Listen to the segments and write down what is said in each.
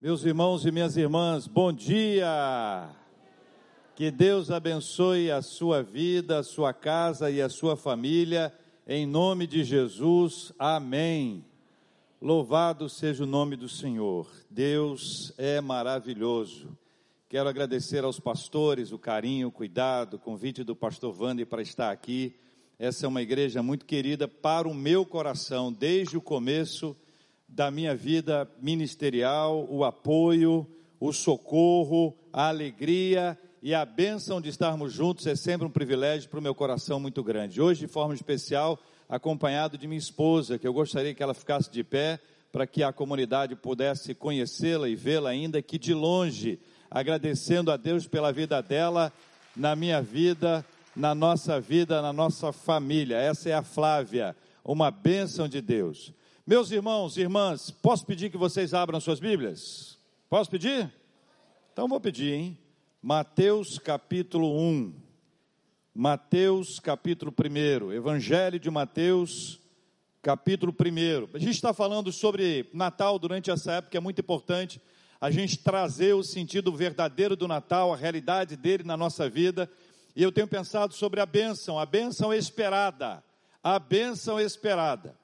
Meus irmãos e minhas irmãs, bom dia! Que Deus abençoe a sua vida, a sua casa e a sua família, em nome de Jesus, amém. Louvado seja o nome do Senhor, Deus é maravilhoso. Quero agradecer aos pastores o carinho, o cuidado, o convite do pastor Wander para estar aqui. Essa é uma igreja muito querida para o meu coração, desde o começo da minha vida ministerial, o apoio, o socorro, a alegria e a bênção de estarmos juntos é sempre um privilégio para o meu coração muito grande. Hoje, de forma especial, acompanhado de minha esposa, que eu gostaria que ela ficasse de pé, para que a comunidade pudesse conhecê-la e vê-la ainda que de longe, agradecendo a Deus pela vida dela, na minha vida, na nossa família. Essa é a Flávia, uma bênção de Deus. Meus irmãos e irmãs, posso pedir que vocês abram suas Bíblias? Posso pedir? Então vou pedir, hein? Mateus capítulo 1. Mateus capítulo 1. Evangelho de Mateus capítulo 1. A gente está falando sobre Natal durante essa época, é muito importante a gente trazer o sentido verdadeiro do Natal, a realidade dele na nossa vida. E eu tenho pensado sobre a bênção esperada. A bênção esperada.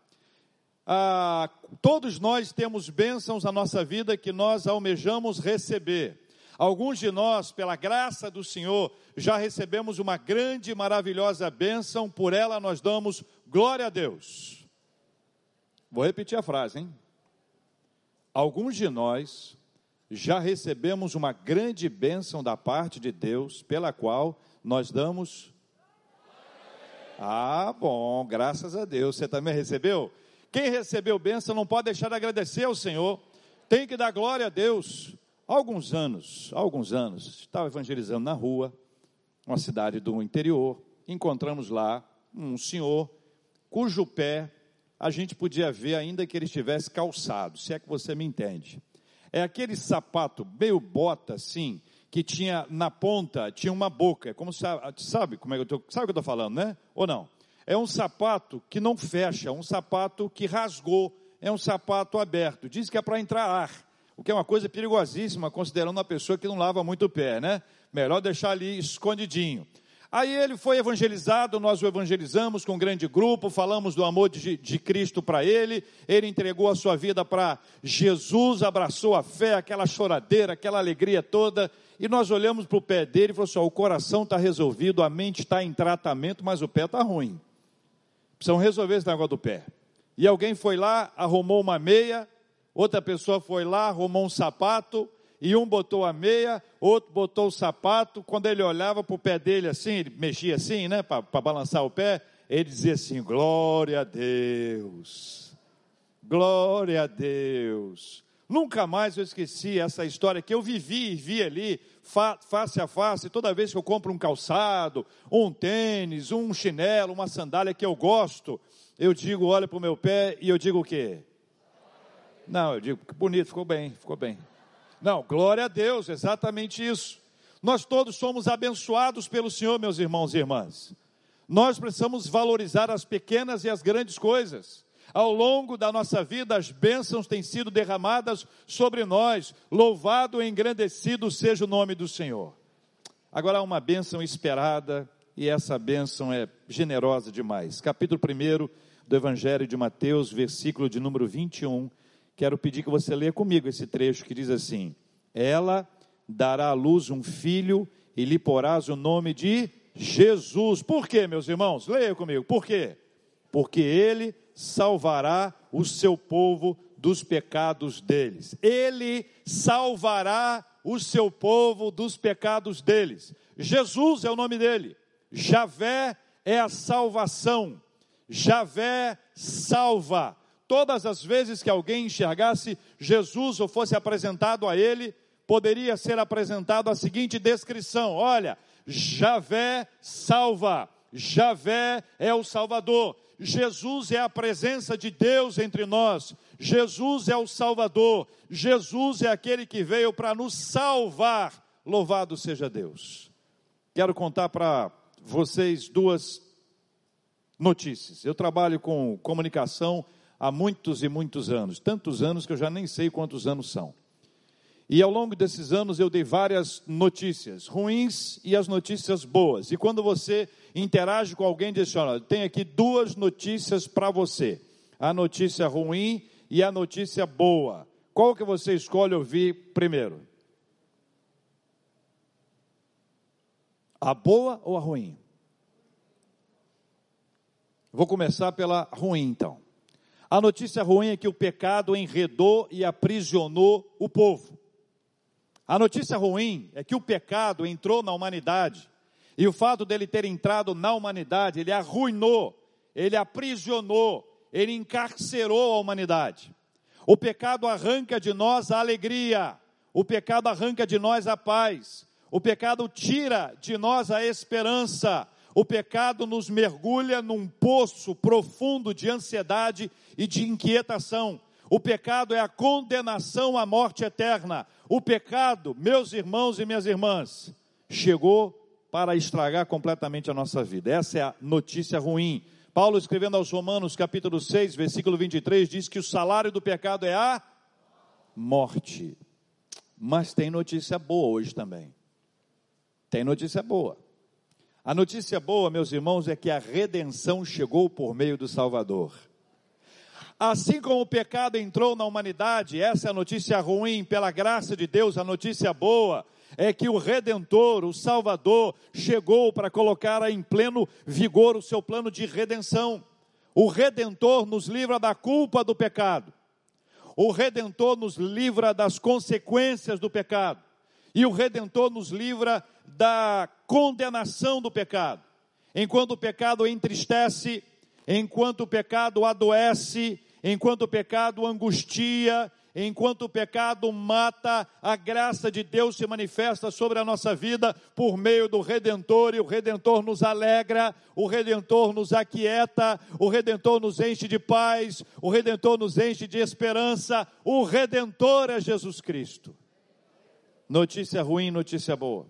Todos nós temos bênçãos na nossa vida que nós almejamos receber. Alguns de nós, pela graça do Senhor, já recebemos uma grande e maravilhosa bênção, por ela nós damos glória a Deus. Vou repetir a frase, hein? Alguns de nós já recebemos uma grande bênção da parte de Deus, pela qual nós damos... bom, graças a Deus. Você também recebeu? Quem recebeu bênção não pode deixar de agradecer ao Senhor, tem que dar glória a Deus. Há alguns anos, estava evangelizando na rua, uma cidade do interior, encontramos lá um senhor, cujo pé a gente podia ver ainda que ele estivesse calçado, se é que você me entende. É aquele sapato meio bota assim, que tinha na ponta, tinha uma boca, como sabe como é que sabe o que eu estou falando, né? Ou não? É um sapato que não fecha, um sapato que rasgou, é um sapato aberto. Diz que é para entrar ar, o que é uma coisa perigosíssima, considerando uma pessoa que não lava muito o pé, né? Melhor deixar ali escondidinho. Aí ele foi evangelizado, nós o evangelizamos com um grande grupo, falamos do amor de Cristo para ele entregou a sua vida para Jesus, abraçou a fé, aquela choradeira, aquela alegria toda, e nós olhamos para o pé dele e falamos assim, o coração está resolvido, a mente está em tratamento, mas o pé está ruim. Precisam resolver esse negócio do pé. E alguém foi lá, arrumou uma meia, outra pessoa foi lá, arrumou um sapato, e um botou a meia, outro botou o sapato. Quando ele olhava para o pé dele assim, ele mexia assim, né, para balançar o pé, ele dizia assim, glória a Deus, glória a Deus. Nunca mais eu esqueci essa história que eu vi ali, face a face, toda vez que eu compro um calçado, um tênis, um chinelo, uma sandália que eu gosto, eu digo, olha para o meu pé e eu digo o quê? Não, eu digo, que bonito, ficou bem. Não, glória a Deus, exatamente isso. Nós todos somos abençoados pelo Senhor, meus irmãos e irmãs. Nós precisamos valorizar as pequenas e as grandes coisas. Ao longo da nossa vida, as bênçãos têm sido derramadas sobre nós. Louvado e engrandecido seja o nome do Senhor. Agora há uma bênção esperada, e essa bênção é generosa demais. Capítulo 1 do Evangelho de Mateus, versículo de número 21. Quero pedir que você leia comigo esse trecho que diz assim: ela dará à luz um filho e lhe porás o nome de Jesus. Por quê, meus irmãos? Leia comigo. Por quê? Porque ele salvará o seu povo dos pecados deles. Ele salvará o seu povo dos pecados deles. Jesus é o nome dele. Javé é a salvação. Javé salva. Todas as vezes que alguém enxergasse Jesus ou fosse apresentado a ele, poderia ser apresentado a seguinte descrição: olha, Javé salva. Javé é o Salvador. Jesus é a presença de Deus entre nós. Jesus é o Salvador. Jesus é aquele que veio para nos salvar. Louvado seja Deus. Quero contar para vocês duas notícias. Eu trabalho com comunicação há muitos e muitos anos. Tantos anos que eu já nem sei quantos anos são. E ao longo desses anos eu dei várias notícias ruins e as notícias boas. E quando você interage com alguém, diz assim: olha, tem aqui duas notícias para você. A notícia ruim e a notícia boa. Qual que você escolhe ouvir primeiro? A boa ou a ruim? Vou começar pela ruim, então. A notícia ruim é que o pecado enredou e aprisionou o povo. A notícia ruim é que o pecado entrou na humanidade, e o fato dele ter entrado na humanidade, ele arruinou, ele aprisionou, ele encarcerou a humanidade. O pecado arranca de nós a alegria, o pecado arranca de nós a paz, o pecado tira de nós a esperança, o pecado nos mergulha num poço profundo de ansiedade e de inquietação. O pecado é a condenação à morte eterna. O pecado, meus irmãos e minhas irmãs, chegou para estragar completamente a nossa vida. Essa é a notícia ruim. Paulo, escrevendo aos Romanos, capítulo 6, versículo 23, diz que o salário do pecado é a morte. Mas tem notícia boa hoje também. Tem notícia boa. A notícia boa, meus irmãos, é que a redenção chegou por meio do Salvador. Assim como o pecado entrou na humanidade, essa é a notícia ruim. Pela graça de Deus, a notícia boa é que o Redentor, o Salvador, chegou para colocar em pleno vigor o seu plano de redenção. O Redentor nos livra da culpa do pecado. O Redentor nos livra das consequências do pecado. E o Redentor nos livra da condenação do pecado. Enquanto o pecado entristece, enquanto o pecado adoece, enquanto o pecado angustia, enquanto o pecado mata, a graça de Deus se manifesta sobre a nossa vida por meio do Redentor, e o Redentor nos alegra, o Redentor nos aquieta, o Redentor nos enche de paz, o Redentor nos enche de esperança. O Redentor é Jesus Cristo. Notícia ruim, notícia boa.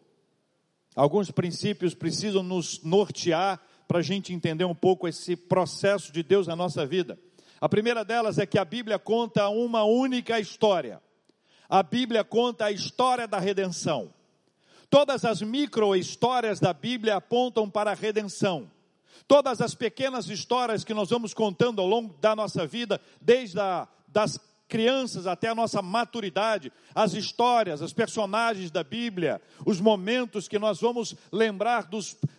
Alguns princípios precisam nos nortear para a gente entender um pouco esse processo de Deus na nossa vida. A primeira delas é que a Bíblia conta uma única história. A Bíblia conta a história da redenção. Todas as micro-histórias da Bíblia apontam para a redenção. Todas as pequenas histórias que nós vamos contando ao longo da nossa vida, desde das crianças até a nossa maturidade, as histórias, os personagens da Bíblia, os momentos que nós vamos lembrar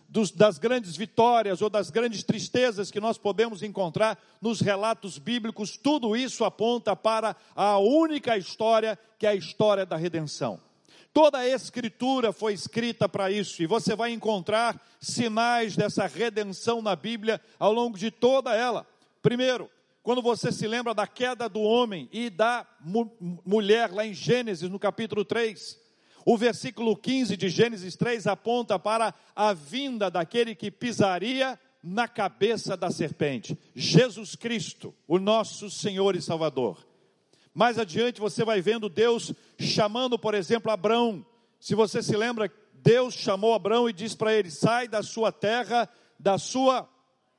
das grandes vitórias ou das grandes tristezas que nós podemos encontrar nos relatos bíblicos, tudo isso aponta para a única história, que é a história da redenção. Toda a Escritura foi escrita para isso, e você vai encontrar sinais dessa redenção na Bíblia ao longo de toda ela. Primeiro, quando você se lembra da queda do homem e da mulher, lá em Gênesis, no capítulo 3, o versículo 15 de Gênesis 3 aponta para a vinda daquele que pisaria na cabeça da serpente, Jesus Cristo, o nosso Senhor e Salvador. Mais adiante você vai vendo Deus chamando, por exemplo, Abrão. Se você se lembra, Deus chamou Abrão e disse para ele: sai da sua terra, da sua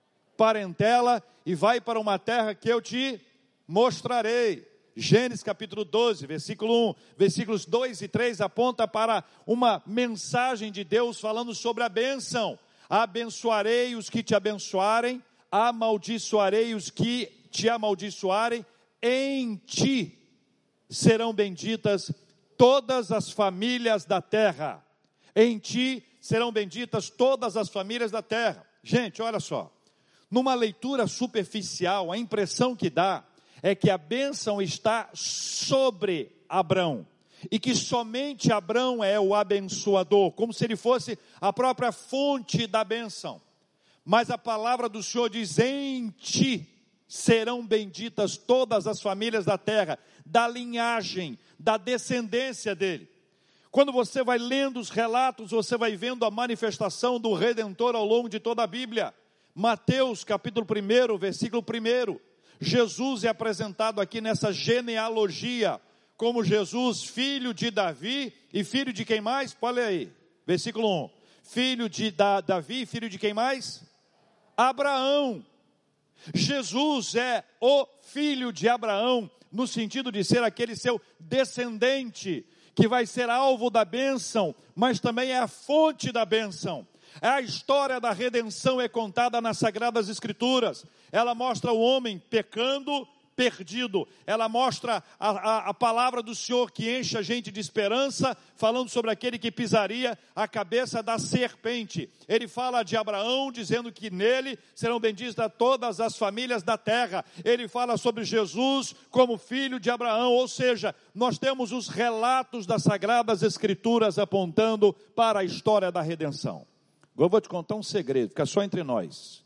parentela, e vai para uma terra que eu te mostrarei. Gênesis capítulo 12, versículo 1, versículos 2 e 3 aponta para uma mensagem de Deus falando sobre a bênção. Abençoarei os que te abençoarem, amaldiçoarei os que te amaldiçoarem, em ti serão benditas todas as famílias da terra. Em ti serão benditas todas as famílias da terra. Gente, olha só. Numa leitura superficial, a impressão que dá é que a bênção está sobre Abrão, e que somente Abrão é o abençoador, como se ele fosse a própria fonte da bênção. Mas a palavra do Senhor diz: em ti serão benditas todas as famílias da terra, da linhagem, da descendência dele. Quando você vai lendo os relatos, você vai vendo a manifestação do Redentor ao longo de toda a Bíblia. Mateus capítulo 1, versículo 1, Jesus é apresentado aqui nessa genealogia, como Jesus, filho de Davi, e filho de quem mais? Olha aí, versículo 1, filho de Davi, filho de quem mais? Abraão. Jesus é o filho de Abraão, no sentido de ser aquele seu descendente, que vai ser alvo da bênção, mas também é a fonte da bênção. A história da redenção é contada nas Sagradas Escrituras. Ela mostra o homem pecando, perdido. Ela mostra a palavra do Senhor que enche a gente de esperança, falando sobre aquele que pisaria a cabeça da serpente. Ele fala de Abraão, dizendo que nele serão benditas todas as famílias da terra. Ele fala sobre Jesus como filho de Abraão, ou seja, nós temos os relatos das Sagradas Escrituras apontando para a história da redenção. Agora eu vou te contar um segredo, fica só entre nós.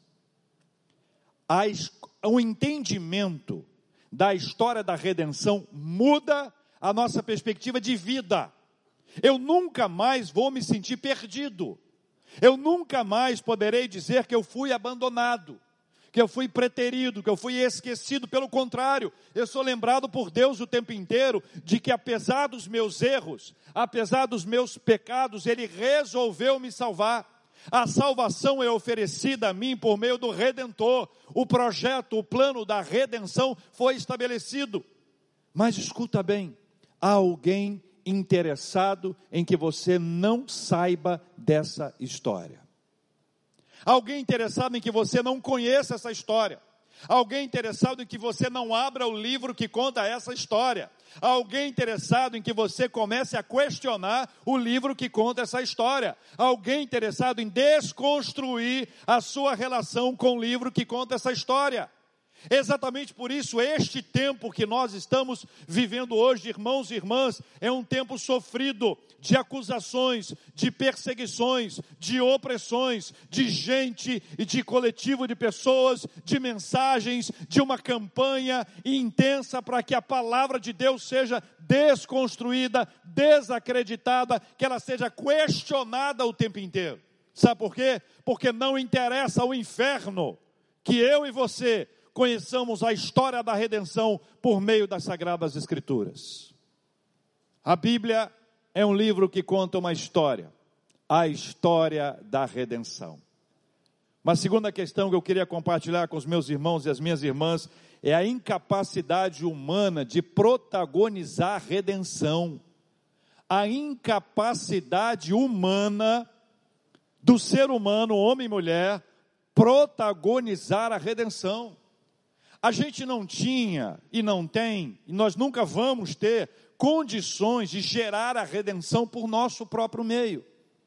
O entendimento da história da redenção muda a nossa perspectiva de vida. Eu nunca mais vou me sentir perdido. Eu nunca mais poderei dizer que eu fui abandonado, que eu fui preterido, que eu fui esquecido. Pelo contrário, eu sou lembrado por Deus o tempo inteiro de que apesar dos meus erros, apesar dos meus pecados, Ele resolveu me salvar. A salvação é oferecida a mim por meio do Redentor. O projeto, o plano da redenção foi estabelecido. Mas escuta bem, há alguém interessado em que você não saiba dessa história. Alguém interessado em que você não conheça essa história. Alguém interessado em que você não abra o livro que conta essa história. Alguém interessado em que você comece a questionar o livro que conta essa história. Alguém interessado em desconstruir a sua relação com o livro que conta essa história. Exatamente por isso, este tempo que nós estamos vivendo hoje, irmãos e irmãs, é um tempo sofrido de acusações, de perseguições, de opressões, de gente e de coletivo de pessoas, de mensagens, de uma campanha intensa para que a palavra de Deus seja desconstruída, desacreditada, que ela seja questionada o tempo inteiro. Sabe por quê? Porque não interessa ao inferno que eu e você conheçamos a história da redenção por meio das Sagradas Escrituras. A Bíblia é um livro que conta uma história, a história da redenção. Uma segunda questão que eu queria compartilhar com os meus irmãos e as minhas irmãs é a incapacidade humana de protagonizar a redenção. A incapacidade humana do ser humano, homem e mulher, protagonizar a redenção. A gente não tinha e não tem, e nós nunca vamos ter condições de gerar a redenção por nosso próprio meio.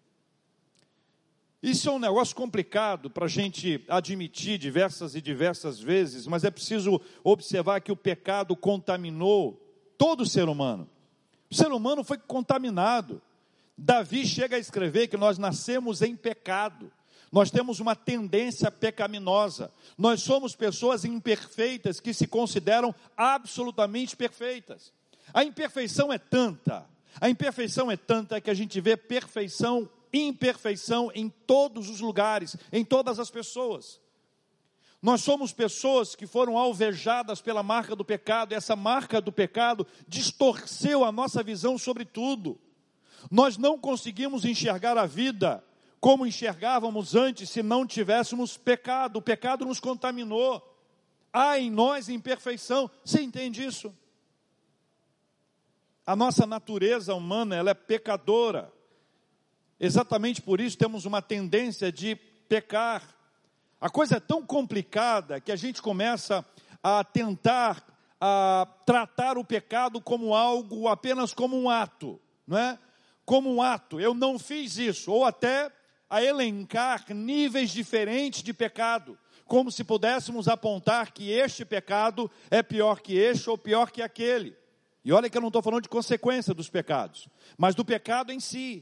Isso é um negócio complicado para a gente admitir diversas e diversas vezes, mas é preciso observar que o pecado contaminou todo o ser humano. O ser humano foi contaminado. Davi chega a escrever que nós nascemos em pecado. Nós temos uma tendência pecaminosa. Nós somos pessoas imperfeitas que se consideram absolutamente perfeitas. A imperfeição é tanta que a gente vê perfeição, imperfeição em todos os lugares, em todas as pessoas. Nós somos pessoas que foram alvejadas pela marca do pecado, e essa marca do pecado distorceu a nossa visão sobre tudo. Nós não conseguimos enxergar a vida como enxergávamos antes se não tivéssemos pecado. O pecado nos contaminou. Há em nós imperfeição. Você entende isso? A nossa natureza humana, ela é pecadora. Exatamente por isso temos uma tendência de pecar. A coisa é tão complicada que a gente começa a tentar tratar o pecado como algo, apenas como um ato, não é? Como um ato, eu não fiz isso, ou até a elencar níveis diferentes de pecado, como se pudéssemos apontar que este pecado é pior que este ou pior que aquele. E olha que eu não estou falando de consequência dos pecados, mas do pecado em si.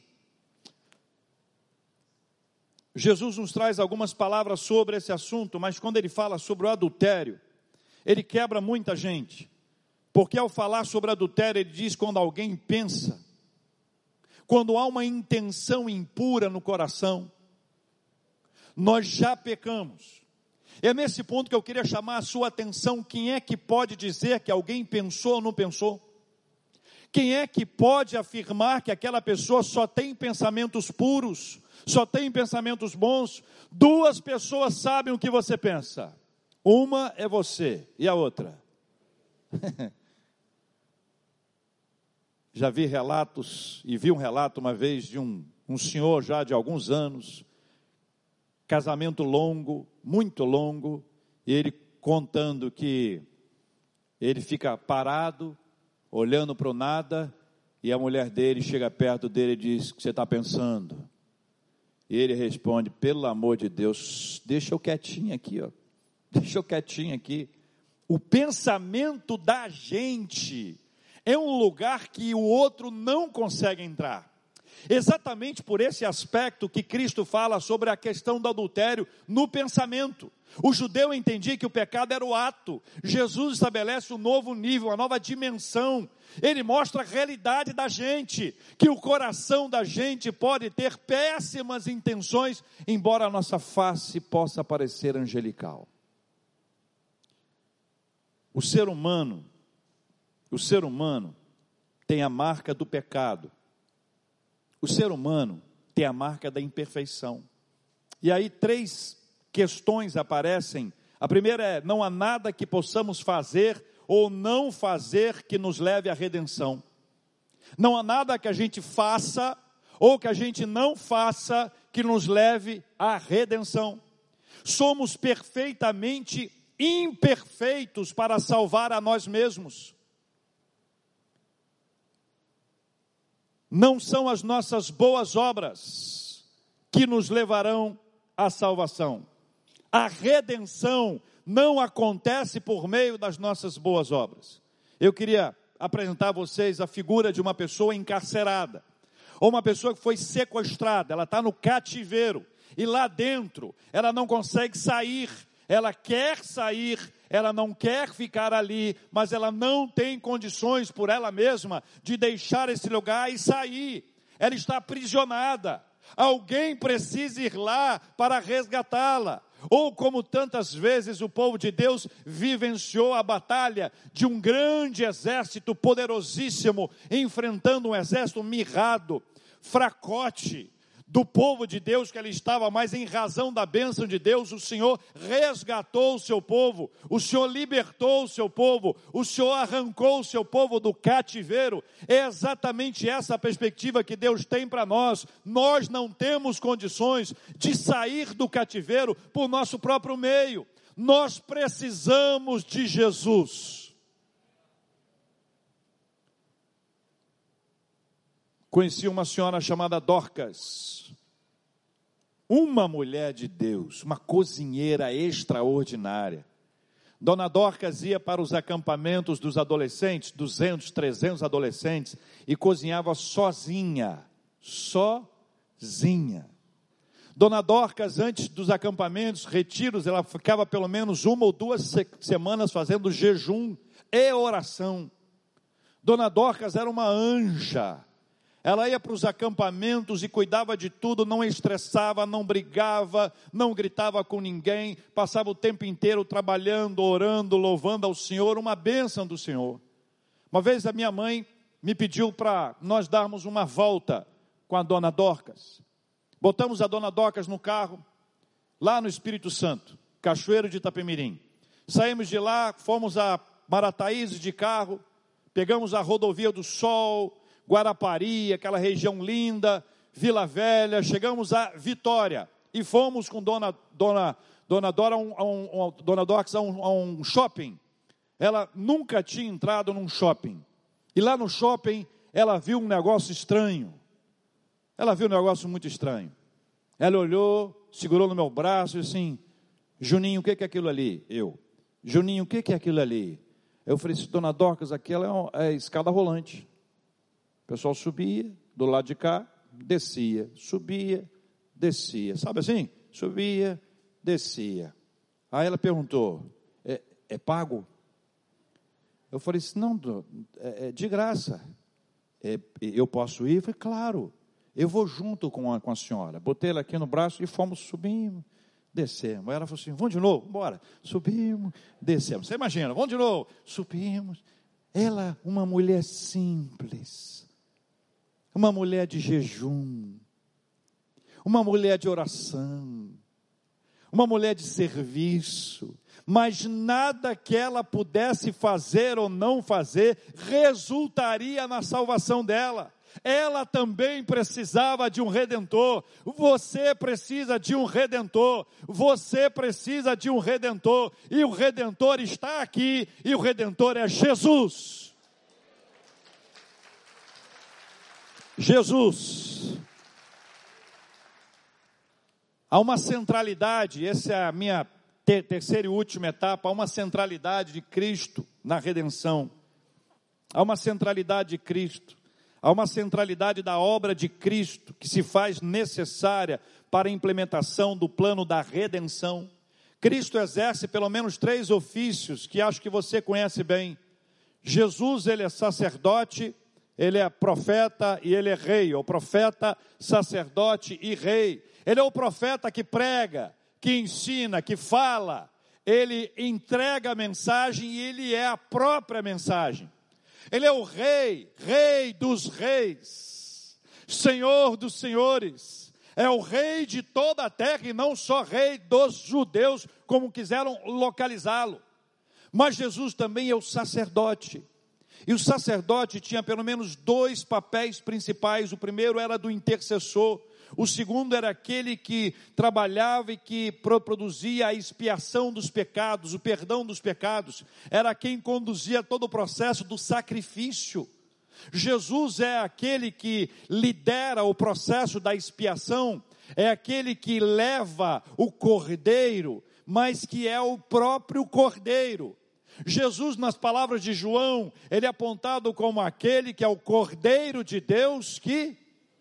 Jesus nos traz algumas palavras sobre esse assunto, mas quando ele fala sobre o adultério, ele quebra muita gente, porque ao falar sobre adultério, ele diz quando alguém pensa, quando há uma intenção impura no coração, nós já pecamos. É nesse ponto que eu queria chamar a sua atenção. Quem é que pode dizer que alguém pensou ou não pensou? Quem é que pode afirmar que aquela pessoa só tem pensamentos puros, só tem pensamentos bons? Duas pessoas sabem o que você pensa. Uma é você e a outra. Já vi relatos, e vi um relato uma vez de um senhor já de alguns anos, casamento longo, muito longo, e ele contando que ele fica parado, olhando para o nada, e a mulher dele chega perto dele e diz: o que você está pensando? E ele responde: pelo amor de Deus, deixa eu quietinho aqui, ó. Deixa eu quietinho aqui. O pensamento da gente é um lugar que o outro não consegue entrar. Exatamente por esse aspecto que Cristo fala sobre a questão do adultério no pensamento. O judeu entendia que o pecado era o ato. Jesus estabelece um novo nível, uma nova dimensão. Ele mostra a realidade da gente, que o coração da gente pode ter péssimas intenções, embora a nossa face possa parecer angelical. O ser humano tem a marca do pecado. O ser humano tem a marca da imperfeição. E aí 3 questões aparecem. A primeira é: não há nada que possamos fazer ou não fazer que nos leve à redenção. Não há nada que a gente faça ou que a gente não faça que nos leve à redenção. Somos perfeitamente imperfeitos para salvar a nós mesmos. Não são as nossas boas obras que nos levarão à salvação. A redenção não acontece por meio das nossas boas obras. Eu queria apresentar a vocês a figura de uma pessoa encarcerada, ou uma pessoa que foi sequestrada. Ela está no cativeiro, e lá dentro ela não consegue sair. Ela quer sair, ela não quer ficar ali, mas ela não tem condições por ela mesma de deixar esse lugar e sair. Ela está aprisionada. Alguém precisa ir lá para resgatá-la. Ou como tantas vezes o povo de Deus vivenciou a batalha de um grande exército poderosíssimo, enfrentando um exército mirrado, fracote, do povo de Deus que ali estava, mas em razão da bênção de Deus, o Senhor resgatou o seu povo, o Senhor libertou o seu povo, o Senhor arrancou o seu povo do cativeiro. É exatamente essa a perspectiva que Deus tem para nós. Nós não temos condições de sair do cativeiro por nosso próprio meio. Nós precisamos de Jesus. Conheci uma senhora chamada Dorcas, uma mulher de Deus, uma cozinheira extraordinária. Dona Dorcas ia para os acampamentos dos adolescentes, 200, 300 adolescentes, e cozinhava sozinha. Dona Dorcas, antes dos acampamentos, retiros, ela ficava pelo menos 1 ou 2 semanas fazendo jejum e oração. Dona Dorcas era uma anja. Ela ia para os acampamentos e cuidava de tudo, não estressava, não brigava, não gritava com ninguém, passava o tempo inteiro trabalhando, orando, louvando ao Senhor, uma bênção do Senhor. Uma vez a minha mãe me pediu para nós darmos uma volta com a Dona Dorcas. Botamos a Dona Dorcas no carro, lá no Espírito Santo, Cachoeiro de Itapemirim. Saímos de lá, fomos a Marataízes de carro, pegamos a Rodovia do Sol, Guarapari, aquela região linda, Vila Velha, chegamos a Vitória e fomos com Dona Dorcas a um shopping. Ela nunca tinha entrado num shopping, e lá no shopping ela viu um negócio estranho, ela viu um negócio muito estranho. Ela olhou, segurou no meu braço e disse assim: Juninho, o que é aquilo ali? Juninho, o que é aquilo ali? Eu falei assim: Dona Dorcas, aquela é escada rolante. O pessoal subia do lado de cá, descia, subia, descia. Sabe assim? Subia, descia. Aí ela perguntou: é pago? Eu falei assim: não, é de graça. Eu posso ir? Eu falei: claro, eu vou junto com a senhora. Botei ela aqui no braço e fomos, subimos, descemos. Aí ela falou assim: vamos de novo? Bora. Subimos, descemos. Você imagina, vamos de novo? Subimos. Ela, uma mulher simples, uma mulher de jejum, uma mulher de oração, uma mulher de serviço, mas nada que ela pudesse fazer ou não fazer resultaria na salvação dela. Ela também precisava de um Redentor. Você precisa de um Redentor. Você precisa de um Redentor. E o Redentor está aqui. E o Redentor é Jesus. Jesus. Há uma centralidade, essa é a minha terceira e última etapa, há uma centralidade de Cristo na redenção. Há uma centralidade de Cristo. Há uma centralidade da obra de Cristo que se faz necessária para a implementação do plano da redenção. Cristo exerce pelo menos 3 ofícios que acho que você conhece bem. Jesus, ele é sacerdote, ele é profeta e ele é rei. É o profeta, sacerdote e rei. Ele é o profeta que prega, que ensina, que fala. Ele entrega a mensagem e ele é a própria mensagem. Ele é o rei, rei dos reis, senhor dos senhores, é o rei de toda a terra e não só rei dos judeus, como quiseram localizá-lo. Mas Jesus também é o sacerdote, e o sacerdote tinha pelo menos 2 papéis principais. O primeiro era do intercessor, o segundo era aquele que trabalhava e que produzia a expiação dos pecados, o perdão dos pecados. Era quem conduzia todo o processo do sacrifício. Jesus é aquele que lidera o processo da expiação, é aquele que leva o cordeiro, mas que é o próprio cordeiro. Jesus, nas palavras de João, ele é apontado como aquele que é o Cordeiro de Deus que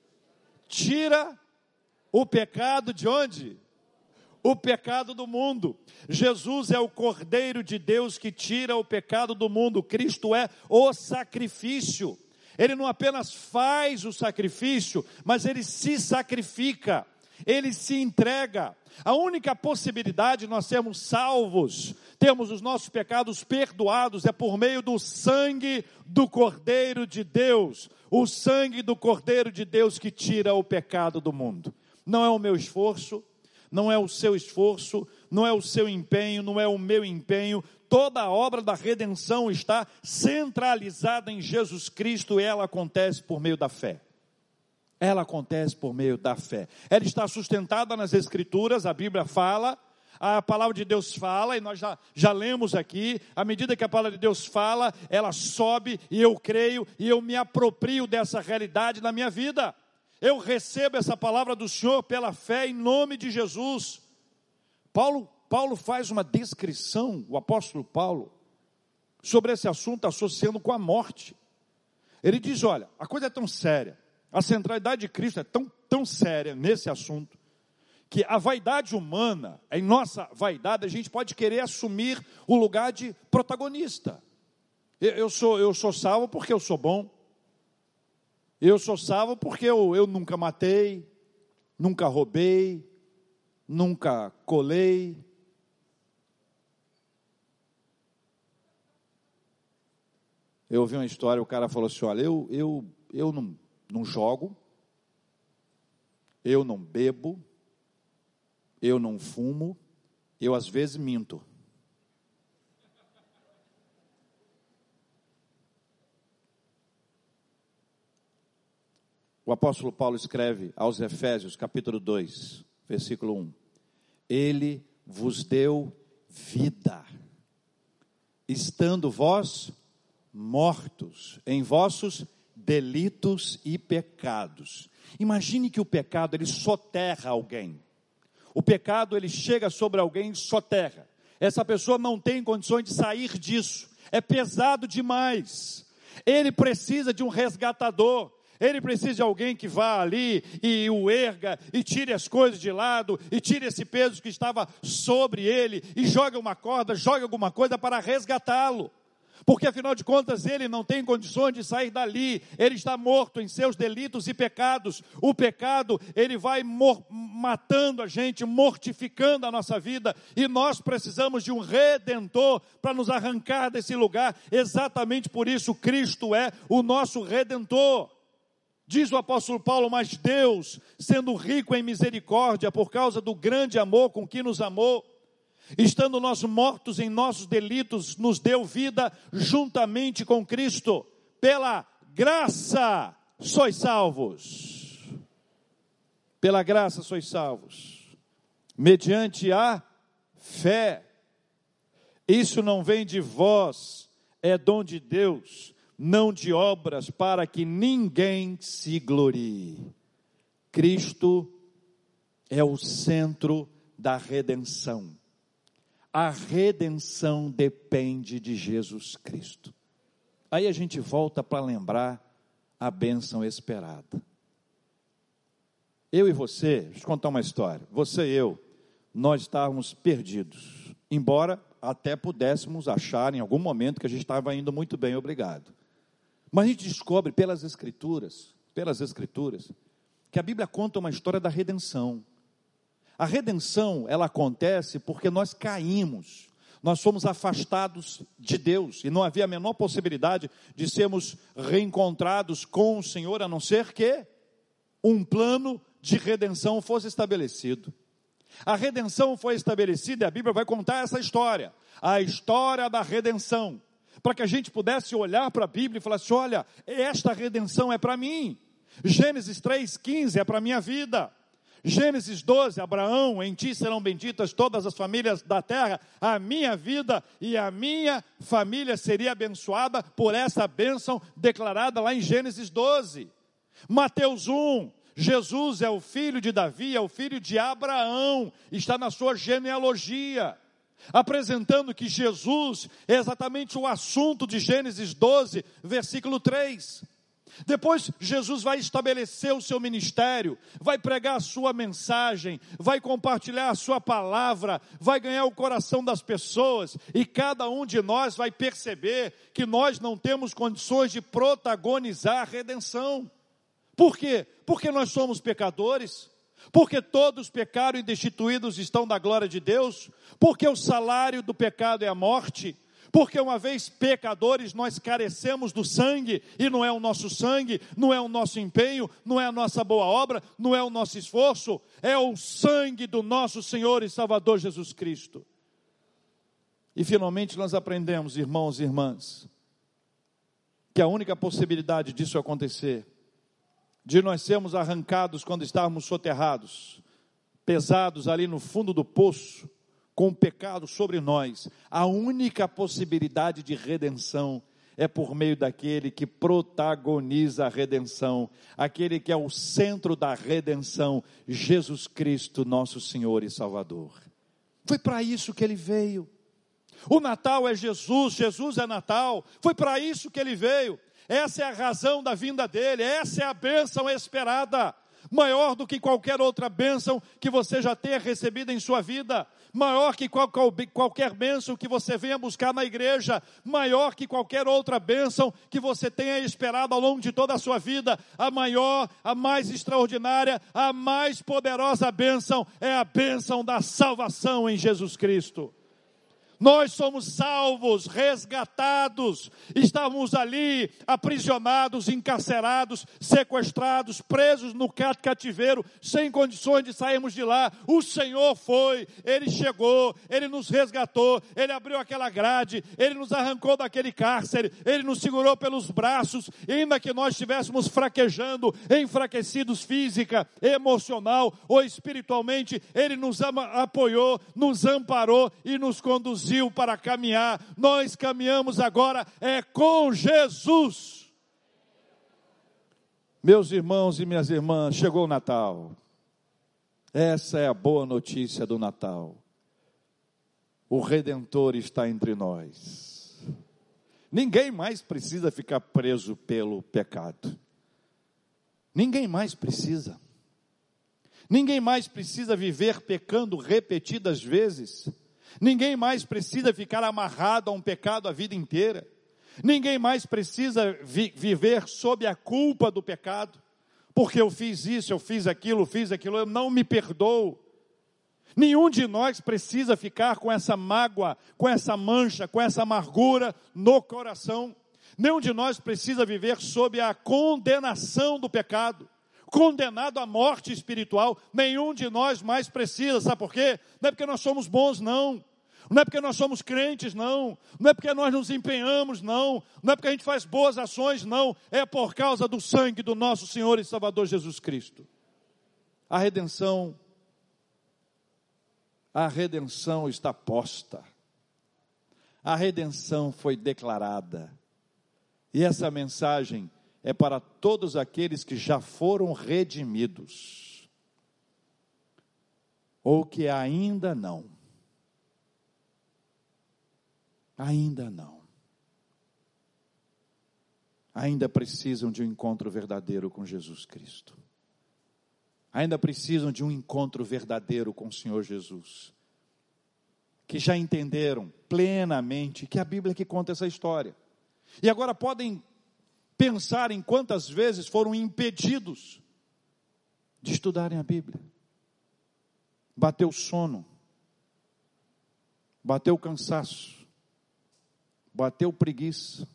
tira o pecado de onde? O pecado do mundo. Jesus é o Cordeiro de Deus que tira o pecado do mundo. Cristo é o sacrifício. Ele não apenas faz o sacrifício, mas ele se sacrifica, ele se entrega. A única possibilidade de nós sermos salvos, termos os nossos pecados perdoados, é por meio do sangue do Cordeiro de Deus. O sangue do Cordeiro de Deus que tira o pecado do mundo. Não é o meu esforço, não é o seu esforço, não é o seu empenho, não é o meu empenho. Toda a obra da redenção está centralizada em Jesus Cristo e ela acontece por meio da fé. Ela acontece por meio da fé. Ela está sustentada nas Escrituras, a Bíblia fala, a palavra de Deus fala, e nós já lemos aqui. À medida que a palavra de Deus fala, ela sobe, e eu creio, e eu me aproprio dessa realidade na minha vida. Eu recebo essa palavra do Senhor pela fé em nome de Jesus. Paulo faz uma descrição, o apóstolo Paulo, sobre esse assunto associando com a morte. Ele diz, olha, a coisa é tão séria, a centralidade de Cristo é tão séria nesse assunto, que a vaidade humana, em nossa vaidade, a gente pode querer assumir o lugar de protagonista. Eu sou salvo porque eu sou bom. Eu sou salvo porque eu nunca matei, nunca roubei, nunca colei. Eu ouvi uma história, o cara falou assim, olha, eu não jogo, eu não bebo, eu não fumo, eu às vezes minto. O apóstolo Paulo escreve aos Efésios, capítulo 2, versículo 1. Ele vos deu vida, estando vós mortos em vossos delitos e pecados. Imagine que o pecado, ele soterra alguém. O pecado, ele chega sobre alguém e soterra. Essa pessoa não tem condições de sair disso. É pesado demais. Ele precisa de um resgatador. Ele precisa de alguém que vá ali e o erga, e tire as coisas de lado, e tire esse peso que estava sobre ele, e jogue uma corda, jogue alguma coisa para resgatá-lo. Porque afinal de contas ele não tem condições de sair dali, ele está morto em seus delitos e pecados. O pecado, ele vai matando a gente, mortificando a nossa vida, e nós precisamos de um Redentor para nos arrancar desse lugar. Exatamente por isso Cristo é o nosso Redentor. Diz o apóstolo Paulo, mas Deus, sendo rico em misericórdia, por causa do grande amor com que nos amou, Estando nós mortos em nossos delitos, nos deu vida juntamente com Cristo. Pela graça sois salvos. Pela graça sois salvos. Mediante a fé. Isso não vem de vós, é dom de Deus, não de obras, para que ninguém se glorie. Cristo é o centro da redenção. A redenção depende de Jesus Cristo. Aí a gente volta para lembrar a bênção esperada. Eu e você, deixa eu contar uma história. Você e eu, nós estávamos perdidos. Embora até pudéssemos achar em algum momento que a gente estava indo muito bem, obrigado. Mas a gente descobre pelas Escrituras, que a Bíblia conta uma história da redenção. A redenção, ela acontece porque nós caímos, nós fomos afastados de Deus, e não havia a menor possibilidade de sermos reencontrados com o Senhor, a não ser que um plano de redenção fosse estabelecido. A redenção foi estabelecida e a Bíblia vai contar essa história, a história da redenção, para que a gente pudesse olhar para a Bíblia e falar assim, olha, esta redenção é para mim. Gênesis 3,15 é para a minha vida. Gênesis 12, Abraão, em ti serão benditas todas as famílias da terra, a minha vida e a minha família seria abençoada por essa bênção declarada lá em Gênesis 12. Mateus 1, Jesus é o filho de Davi, é o filho de Abraão, está na sua genealogia, apresentando que Jesus é exatamente o assunto de Gênesis 12, versículo 3. Depois Jesus vai estabelecer o seu ministério, vai pregar a sua mensagem, vai compartilhar a sua palavra, vai ganhar o coração das pessoas, e cada um de nós vai perceber que nós não temos condições de protagonizar a redenção. Por quê? Porque nós somos pecadores, porque todos pecaram e destituídos estão da glória de Deus, porque o salário do pecado é a morte, porque uma vez pecadores nós carecemos do sangue, e não é o nosso sangue, não é o nosso empenho, não é a nossa boa obra, não é o nosso esforço, é o sangue do nosso Senhor e Salvador Jesus Cristo. E finalmente nós aprendemos, irmãos e irmãs, que a única possibilidade disso acontecer, de nós sermos arrancados quando estávamos soterrados, pesados ali no fundo do poço, com o pecado sobre nós, a única possibilidade de redenção é por meio daquele que protagoniza a redenção, aquele que é o centro da redenção, Jesus Cristo, nosso Senhor e Salvador. Foi para isso que ele veio. O Natal é Jesus, Jesus é Natal, foi para isso que ele veio. Essa é a razão da vinda dele, essa é a bênção esperada, maior do que qualquer outra bênção que você já tenha recebido em sua vida, maior que qualquer bênção que você venha buscar na igreja, maior que qualquer outra bênção que você tenha esperado ao longo de toda a sua vida. A maior, a mais extraordinária, a mais poderosa bênção é a bênção da salvação em Jesus Cristo. Nós somos salvos, resgatados, estávamos ali aprisionados, encarcerados, sequestrados, presos no cativeiro, sem condições de sairmos de lá. O Senhor foi, Ele chegou, Ele nos resgatou, Ele abriu aquela grade, Ele nos arrancou daquele cárcere, Ele nos segurou pelos braços, ainda que nós estivéssemos fraquejando, enfraquecidos física, emocional ou espiritualmente, Ele nos apoiou, nos amparou e nos conduziu para caminhar. Nós caminhamos agora com Jesus. Meus irmãos e minhas irmãs, chegou o Natal. Essa é a boa notícia do Natal. O Redentor está entre nós. Ninguém mais precisa ficar preso pelo pecado. Ninguém mais precisa. Ninguém mais precisa viver pecando repetidas vezes. Ninguém mais precisa ficar amarrado a um pecado a vida inteira. Ninguém mais precisa viver sob a culpa do pecado. Porque eu fiz isso, eu fiz aquilo, eu não me perdoo. Nenhum de nós precisa ficar com essa mágoa, com essa mancha, com essa amargura no coração. Nenhum de nós precisa viver sob a condenação do pecado. Condenado à morte espiritual, nenhum de nós mais precisa. Sabe por quê? Não é porque nós somos bons, não. Não é porque nós somos crentes, não. Não é porque nós nos empenhamos, não. Não é porque a gente faz boas ações, não. É por causa do sangue do nosso Senhor e Salvador Jesus Cristo. A redenção está posta. A redenção foi declarada. E essa mensagem é para todos aqueles que já foram redimidos, ou que ainda não. Ainda não. Ainda precisam de um encontro verdadeiro com Jesus Cristo. Ainda precisam de um encontro verdadeiro com o Senhor Jesus. Que já entenderam plenamente que a Bíblia é que conta essa história. E agora podem pensar em quantas vezes foram impedidos de estudarem a Bíblia. Bateu sono, bateu cansaço, bateu preguiça.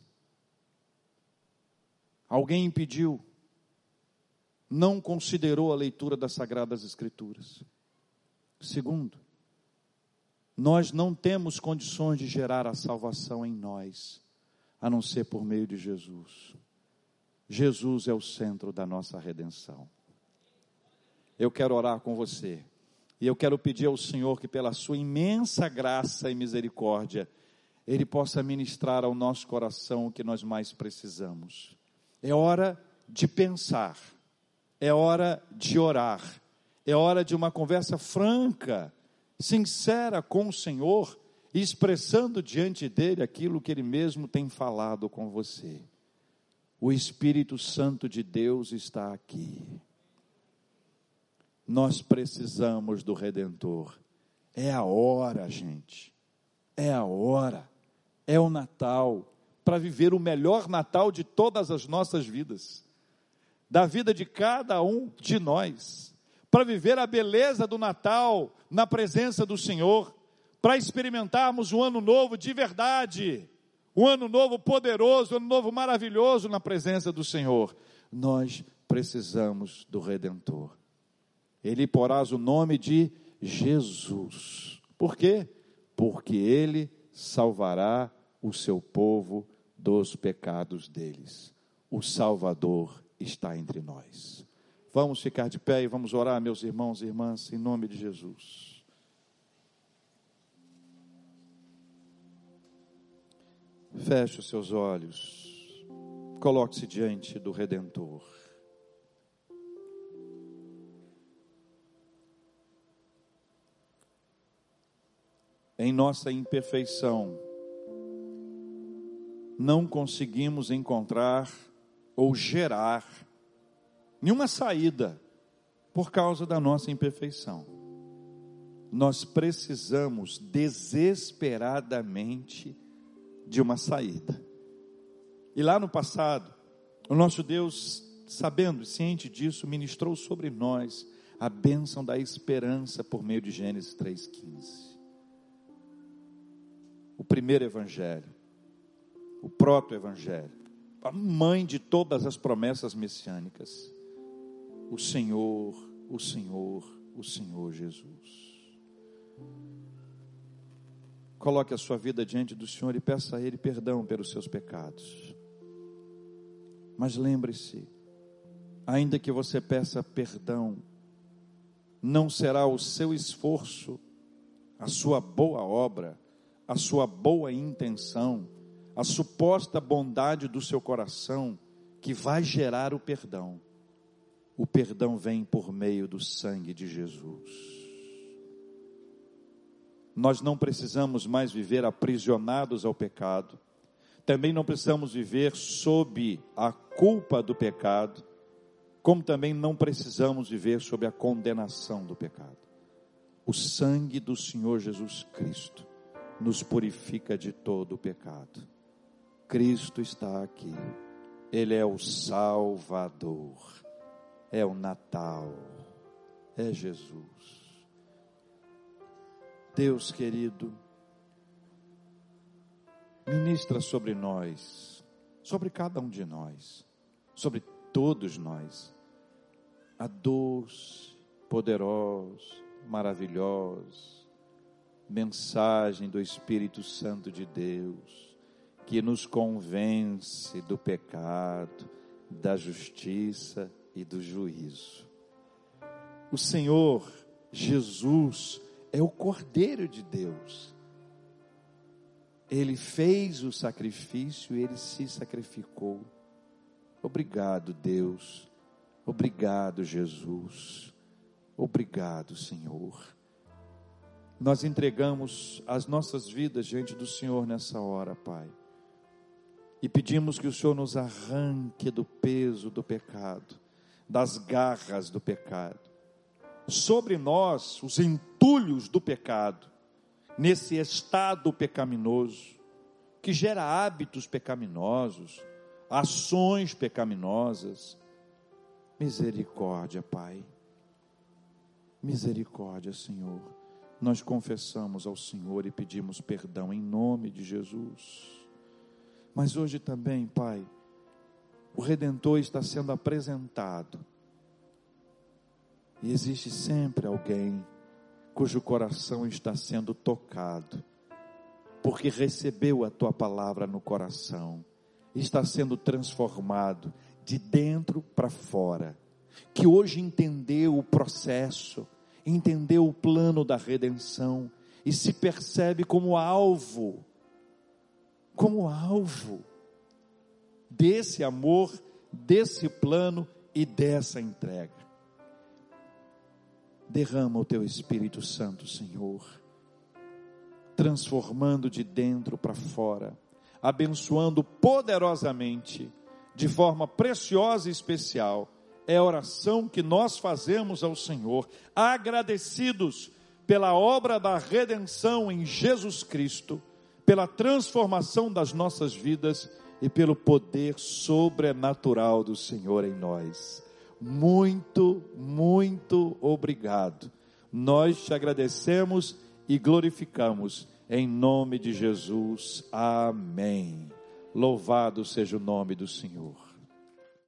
Alguém impediu, não considerou a leitura das Sagradas Escrituras. Segundo, nós não temos condições de gerar a salvação em nós, a não ser por meio de Jesus. Jesus é o centro da nossa redenção. Eu quero orar com você, e eu quero pedir ao Senhor que pela sua imensa graça e misericórdia, Ele possa ministrar ao nosso coração o que nós mais precisamos. É hora de pensar, é hora de orar, é hora de uma conversa franca, sincera com o Senhor, expressando diante dele aquilo que ele mesmo tem falado com você. O Espírito Santo de Deus está aqui. Nós precisamos do Redentor. É a hora, gente. É a hora. É o Natal, para viver o melhor Natal de todas as nossas vidas, da vida de cada um de nós, para viver a beleza do Natal na presença do Senhor, para experimentarmos um ano novo de verdade, um ano novo poderoso, um ano novo maravilhoso na presença do Senhor. Nós precisamos do Redentor. Ele porás o nome de Jesus. Por quê? Porque Ele salvará o seu povo dos pecados deles. O Salvador está entre nós. Vamos ficar de pé e vamos orar, meus irmãos e irmãs, em nome de Jesus. Feche os seus olhos, coloque-se diante do Redentor. Em nossa imperfeição, não conseguimos encontrar ou gerar nenhuma saída por causa da nossa imperfeição. Nós precisamos desesperadamente de uma saída. E lá no passado, o nosso Deus, sabendo e ciente disso, ministrou sobre nós a bênção da esperança por meio de Gênesis 3,15. O primeiro evangelho, o proto-evangelho, a mãe de todas as promessas messiânicas, o Senhor, o Senhor, o Senhor Jesus. Coloque a sua vida diante do Senhor e peça a Ele perdão pelos seus pecados. Mas lembre-se, ainda que você peça perdão, não será o seu esforço, a sua boa obra, a sua boa intenção, a suposta bondade do seu coração que vai gerar o perdão. O perdão vem por meio do sangue de Jesus. Nós não precisamos mais viver aprisionados ao pecado. Também não precisamos viver sob a culpa do pecado, como também não precisamos viver sob a condenação do pecado. O sangue do Senhor Jesus Cristo nos purifica de todo o pecado. Cristo está aqui. Ele é o Salvador. É o Natal. É Jesus. Deus querido, ministra sobre nós, sobre cada um de nós, sobre todos nós, a doce, poderosa, maravilhosa, mensagem do Espírito Santo de Deus, que nos convence do pecado, da justiça e do juízo. O Senhor Jesus é o Cordeiro de Deus. Ele fez o sacrifício, ele se sacrificou. Obrigado, Deus. Obrigado, Jesus. Obrigado, Senhor. Nós entregamos as nossas vidas diante do Senhor nessa hora, Pai. E pedimos que o Senhor nos arranque do peso do pecado, das garras do pecado. Sobre nós, os entulhos do pecado, nesse estado pecaminoso, que gera hábitos pecaminosos, ações pecaminosas. Misericórdia, Pai. Misericórdia, Senhor. Nós confessamos ao Senhor e pedimos perdão em nome de Jesus. Mas hoje também, Pai, o Redentor está sendo apresentado. E existe sempre alguém cujo coração está sendo tocado, porque recebeu a Tua palavra no coração, está sendo transformado de dentro para fora, que hoje entendeu o processo, entendeu o plano da redenção, e se percebe como alvo desse amor, desse plano e dessa entrega. Derrama o Teu Espírito Santo, Senhor, transformando de dentro para fora, abençoando poderosamente, de forma preciosa e especial. É a oração que nós fazemos ao Senhor, agradecidos pela obra da redenção em Jesus Cristo, pela transformação das nossas vidas e pelo poder sobrenatural do Senhor em nós. Muito, muito obrigado. Nós te agradecemos e glorificamos em nome de Jesus. Amém. Louvado seja o nome do Senhor.